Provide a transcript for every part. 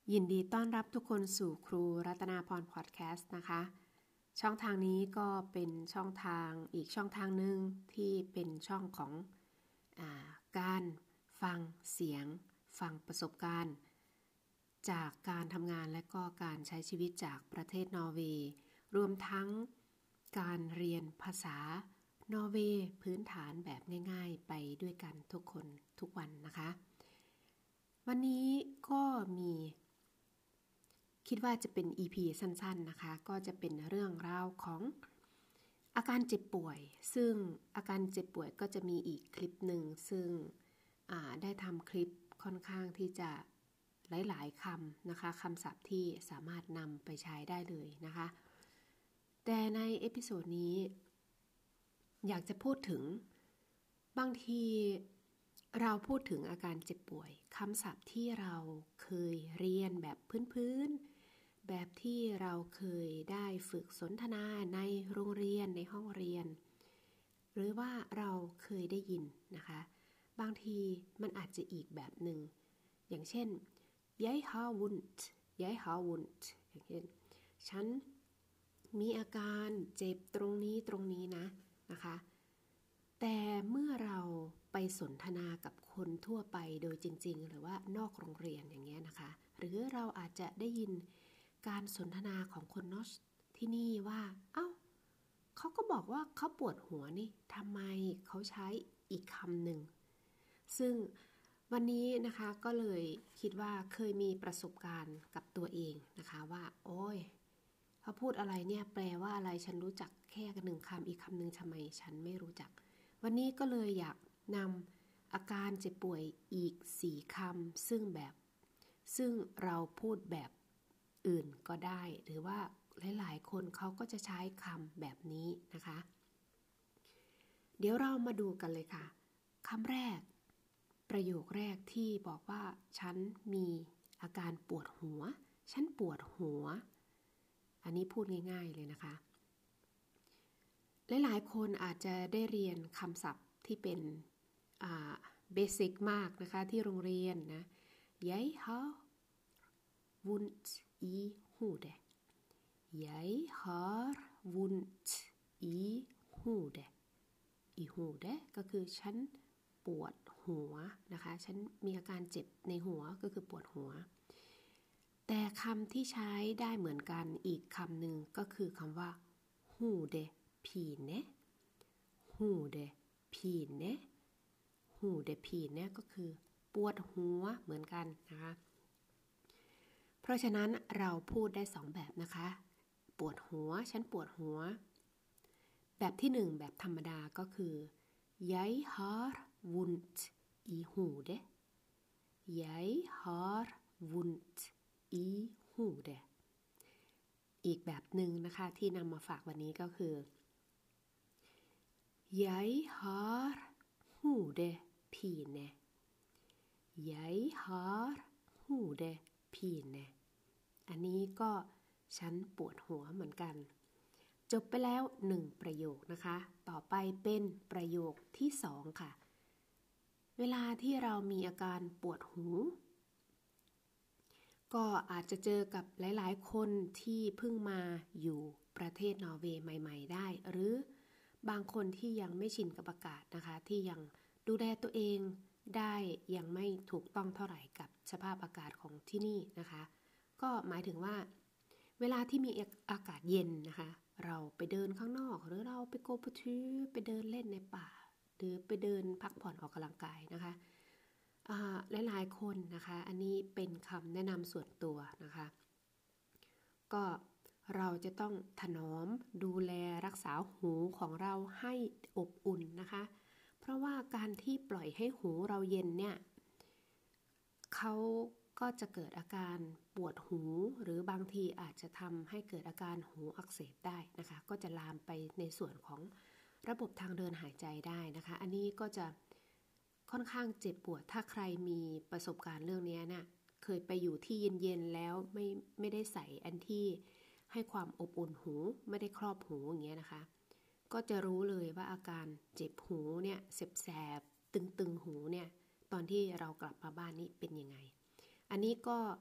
ยินดีต้อนรับทุกคนสู่ครูรัตนาพรพอดแคสต์นะคะช่องทางนี้ก็เป็นช่องทางอีกช่องทางหนึ่งที่เป็นช่องของการฟังเสียงฟังประสบการณ์จากการทำงานและก็การใช้ชีวิตจากประเทศนอร์เวย์รวมทั้งการเรียนภาษานอร์เวย์พื้นฐานแบบง่ายๆไปด้วยกันทุกคนทุกวันนะคะวันนี้ก็คิดว่าจะเป็น EP สั้นๆนะคะก็จะเป็นเรื่องราวของอาการเจ็บป่วยซึ่งอาการเจ็บป่วยก็จะมีอีกคลิปหนึ่งซึ่งได้ทำคลิปค่อนข้างที่จะหลายๆคำนะคะคำศัพท์ที่สามารถนำไปใช้ได้เลยนะคะแต่ในเอพิโซดนี้อยากจะพูดถึงบางทีเราพูดถึงอาการเจ็บป่วยคำศัพท์ที่เราเคยเรียนแบบพื้นๆแบบที่เราเคยได้ฝึกสนทนาในโรงเรียนในห้องเรียนหรือว่าเราเคยได้ยินนะคะบางทีมันอาจจะอีกแบบหนึ่งอย่างเช่น jeg har vondt jeg har vondt อย่างเช่นฉันมีอาการเจ็บตรงนี้นะคะแต่เมื่อเราไปสนทนากับคนทั่วไปโดยจริงๆหรือว่านอกโรงเรียนอย่างเงี้ยนะคะหรือเราอาจจะได้ยินการสนทนาของคนนอชที่นี่ว่าเอ้าเขาก็บอกว่าเขาปวดหัวนี่ทำไมเขาใช้อีกคำหนึ่งซึ่งวันนี้นะคะก็เลยคิดว่าเคยมีประสบการณ์กับตัวเองนะคะว่าโอ้ยเขาพูดอะไรเนี่ยแปลว่าอะไรฉันรู้จักแค่หนึ่งคำอีกคำหนึ่งทำไมฉันไม่รู้จักวันนี้ก็เลยอยากนำอาการเจ็บป่วยอีก4คำซึ่งเราพูดแบบอื่นก็ได้หรือว่าหลายๆคนเขาก็จะใช้คำแบบนี้นะคะเดี๋ยวเรามาดูกันเลยค่ะคำแรกประโยคแรกที่บอกว่าฉันมีอาการปวดหัวฉันปวดหัวอันนี้พูดง่ายๆเลยนะคะหลายๆคนอาจจะได้เรียนคำศัพท์ที่เป็นเบสิกมากนะคะที่โรงเรียนนะ Jeg har vondt i hodet Jeg har vondt i hodet i hodet ก็คือฉันปวดหัวนะคะฉันมีอาการเจ็บในหัวก็คือปวดหัวแต่คำที่ใช้ได้เหมือนกันอีกคำหนึ่งก็คือคำว่า hodepine hodepine hodepine ก็คือปวดหัวเหมือนกันนะคะเพราะฉะนั้นเราพูดได้2แบบนะคะปวดหัวฉันปวดหัวแบบที่1แบบธรรมดาก็คือ Jeg har vondt i hodet Jeg har vondt i hodet อีกแบบหนึ่งนะคะที่นำมาฝากวันนี้ก็คือ Jeg har hodepine Jeg har hodepine อันนี้ก็ฉันปวดหัวเหมือนกันจบไปแล้ว1ประโยคนะคะต่อไปเป็นประโยคที่2ค่ะเวลาที่เรามีอาการปวดหูก็อาจจะเจอกับหลายๆคนที่เพิ่งมาอยู่ประเทศนอร์เวย์ใหม่ๆได้หรือบางคนที่ยังไม่ชินกับอากาศนะคะที่ยังดูแลตัวเองได้ยังไม่ถูกต้องเท่าไหร่กับสภาพอากาศของที่นี่นะคะก็หมายถึงว่าเวลาที่มีอากาศเย็นนะคะเราไปเดินข้างนอกหรือเราไปโกพุทือไปเดินเล่นในป่าหรือไปเดินพักผ่อนออกกำลังกายนะคะหลายๆคนนะคะอันนี้เป็นคำแนะนำส่วนตัวนะคะก็เราจะต้องถนอมดูแลรักษาหูของเราให้อบอุ่นนะคะเพราะว่าการที่ปล่อยให้หูเราเย็นเนี่ยเขาก็จะเกิดอาการปวดหูหรือบางทีอาจจะทำให้เกิดอาการหูอักเสบได้นะคะก็จะลามไปในส่วนของระบบทางเดินหายใจได้นะคะอันนี้ก็จะค่อนข้างเจ็บปวดถ้าใครมีประสบการณ์เรื่องนี้เนี่ยเคยไปอยู่ที่เย็นๆแล้วไม่ได้ใส่อันที่ให้ความอบอุ่นหูไม่ได้ครอบหูอย่างเงี้ยนะคะก็จะรู้เลยว่าอาการเจ็บหูเนี่ยแสบๆตึงๆหูเนี่ยตอนที่เรากลับมาบ้านนี่เป็นยังไงอันนี้ก็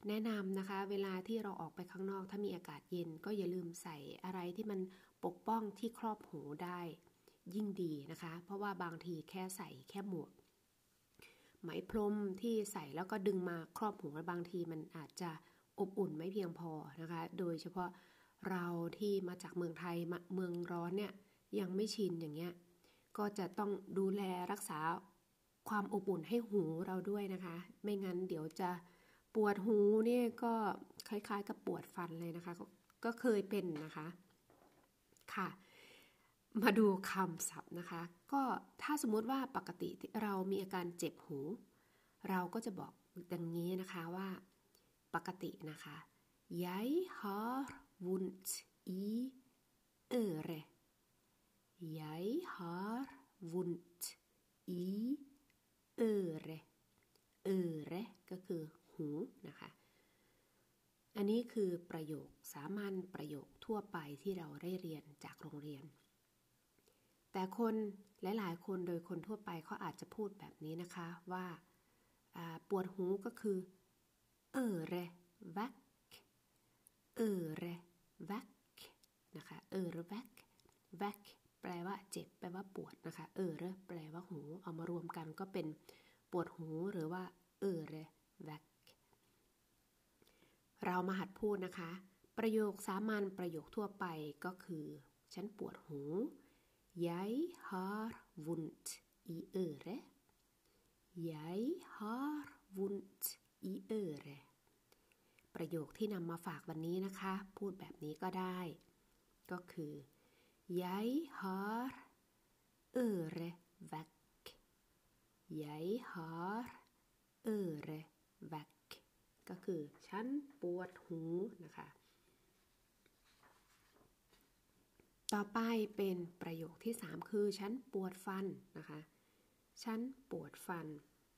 แนะนำนะคะเวลาที่เราออกไปข้างนอกถ้ามีอากาศเย็นก็อย่าลืมใส่อะไรที่มันปกป้องที่ครอบหูได้ยิ่งดีนะคะเพราะว่าบางทีแค่ใส่แค่หมวกไหมพรมที่ใส่แล้วก็ดึงมาครอบหูบางทีมันอาจจะอบอุ่นไม่เพียงพอนะคะโดยเฉพาะเราที่มาจากเมืองไทยเมืองร้อนเนี่ยยังไม่ชินอย่างเงี้ยก็จะต้องดูแลรักษาความอบอุ่นให้หูเราด้วยนะคะไม่งั้นเดี๋ยวจะปวดหูเนี่ยก็คล้ายๆกับปวดฟันเลยนะคะก็เคยเป็นนะคะค่ะมาดูคำศัพท์นะคะก็ถ้าสมมุติว่าปกติเรามีอาการเจ็บหูเราก็จะบอกดังนี้นะคะว่าปกตินะคะ Jeg har vondt i øret Jeg har vondt i øret øret ก็คือหูนะคะอันนี้คือประโยคสามัญประโยคทั่วไปที่เราได้เรียนจากโรงเรียนแต่คนหลายๆคนโดยคนทั่วไปเขาอาจจะพูดแบบนี้นะคะว่าปวดหูก็คือörevack örevack นะคะörevack vack แปลว่าเจ็บแปลว่าปวดนะคะแปลว่าหูเอามารวมกันก็เป็นปวดหูหรือว่าörevack เรามาหัดพูดนะคะประโยคสามัญประโยคทั่วไปก็คือฉันปวดหู Jeg har vondt i øret Jeg har vondt i øret ประโยคที่นำมาฝากวันนี้นะคะพูดแบบนี้ก็ได้ก็คือ Jeg har ørevack Jeg har ørevack ก็คือฉันปวดหูนะคะต่อไปเป็นประโยคที่3คือฉันปวดฟันนะคะฉันปวดฟัน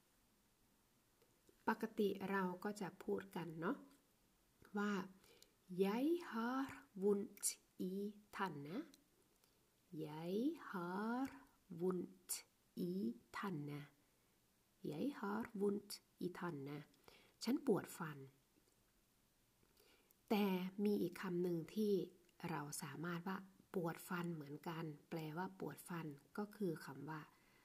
ปกติเราก็จะพูดกันเนาะว่า Jeg har vondt i tannene Jeg har vondt i tannene Jeg har vondt i tannene ฉันปวดฟันแต่มีอีกคำหนึ่งที่เราสามารถว่าปวดฟันเหมือนกันแปลว่าปวดฟันก็คือคำว่า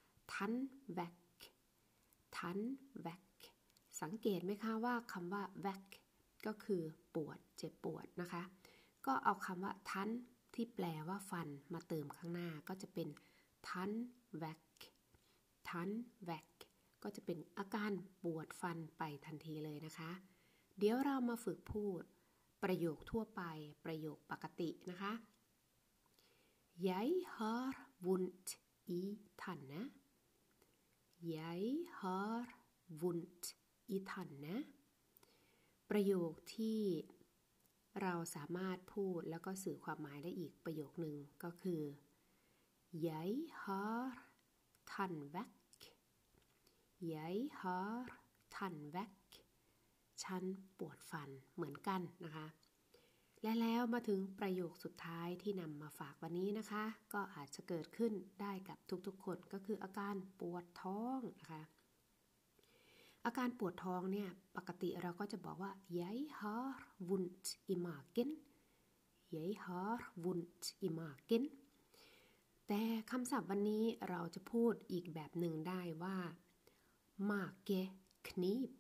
tandvärk สังเกตไหมคะว่าคำว่า värk ก็คือปวดเจ็บปวดนะคะก็เอาคำว่า tand ที่แปลว่าฟันมาเติมข้างหน้าก็จะเป็น tandvärk ก็จะเป็นอาการปวดฟันไปทันทีเลยนะคะเดี๋ยวเรามาฝึกพูดประโยคทั่วไปประโยคปกตินะคะ Jeg har vondt i tannene Jeg har vondt i tannene ประโยคที่เราสามารถพูดแล้วก็สื่อความหมายได้อีกประโยคหนึ่งก็คือ Jeg har tandvärk Jeg har tandvärk ฉันปวดฟันเหมือนกันนะคะและแล้วมาถึงประโยคสุดท้ายที่นำมาฝากวันนี้นะคะก็อาจจะเกิดขึ้นได้กับทุกๆคนก็คืออาการปวดท้องนะคะอาการปวดท้องเนี่ยปกติเราก็จะบอกว่า Jeg har vondt i magen Jeg har vondt i magen แต่คำศัพท์วันนี้เราจะพูดอีกแบบหนึ่งได้ว่า mageknip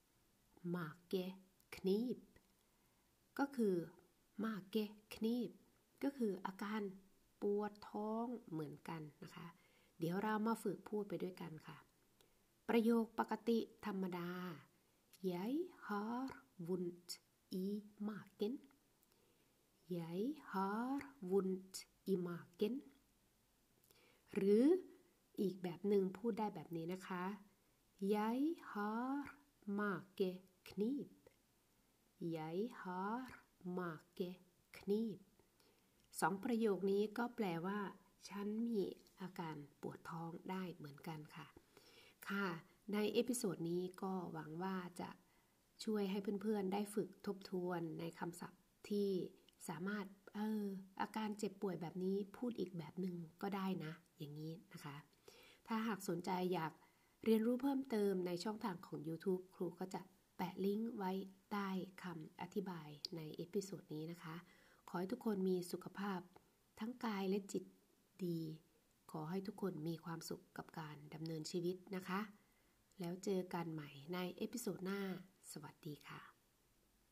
mageknip ก็คือ mageknip ก็คืออาการปวดท้องเหมือนกันนะคะเดี๋ยวเรามาฝึกพูดไปด้วยกันค่ะประโยคปกติธรรมดา Jeg har vondt i magen Jeg har vondt i magen หรืออีกแบบหนึ่งพูดได้แบบนี้นะคะ Jeg har mageknip Jeg har mageknip สองประโยคนี้ก็แปลว่าฉันมีอาการปวดท้องได้เหมือนกันค่ะค่ะในเอพิโซดนี้ก็หวังว่าจะช่วยให้เพื่อนๆได้ฝึกทบทวนในคำศัพท์ที่สามารถอาการเจ็บป่วยแบบนี้พูดอีกแบบหนึ่งก็ได้นะอย่างนี้นะคะถ้าหากสนใจอยากเรียนรู้เพิ่มเติมในช่องทางของ YouTube ครูก็จะแปะลิงก์ไว้ใต้คำอธิบายในเอพิโซดนี้นะคะขอให้ทุกคนมีสุขภาพทั้งกายและจิตดีขอให้ทุกคนมีความสุขกับการดำเนินชีวิตนะคะแล้วเจอกันใหม่ในเอพิโซดหน้าสวัสดีค่ะ